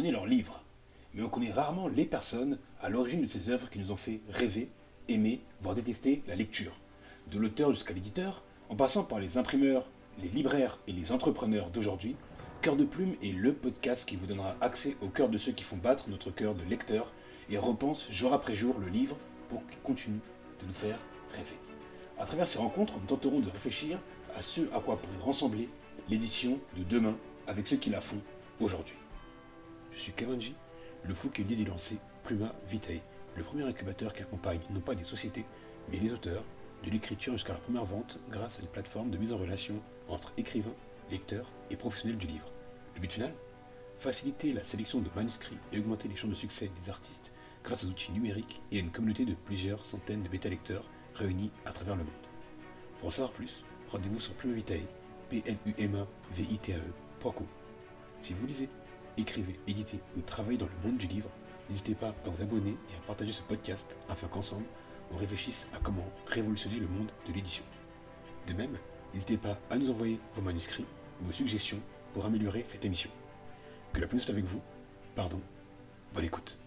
connaît leurs livres, mais on connaît rarement les personnes à l'origine de ces œuvres qui nous ont fait rêver, aimer, voire détester la lecture. De l'auteur jusqu'à l'éditeur, en passant par les imprimeurs, les libraires et les entrepreneurs d'aujourd'hui, Cœur de Plume est le podcast qui vous donnera accès au cœur de ceux qui font battre notre cœur de lecteur et repensent jour après jour le livre pour qu'il continue de nous faire rêver. À travers ces rencontres, nous tenterons de réfléchir à ce à quoi pourrait ressembler l'édition de demain avec ceux qui la font aujourd'hui. Je suis Kavanji, le fou qui est l'idée de lancer Pluma Vitae, le premier incubateur qui accompagne non pas des sociétés, mais les auteurs, de l'écriture jusqu'à leur première vente grâce à une plateforme de mise en relation entre écrivains, lecteurs et professionnels du livre. Le but final ? Faciliter la sélection de manuscrits et augmenter les chances de succès des artistes grâce aux outils numériques et à une communauté de plusieurs centaines de bêta-lecteurs réunis à travers le monde. Pour en savoir plus, rendez-vous sur Pluma Vitae, plumavitae.com. Si vous lisez, écrivez, éditez ou travaillez dans le monde du livre, n'hésitez pas à vous abonner et à partager ce podcast afin qu'ensemble, on réfléchisse à comment révolutionner le monde de l'édition. De même, n'hésitez pas à nous envoyer vos manuscrits ou vos suggestions pour améliorer cette émission. Que la plume soit avec vous. Bonne écoute.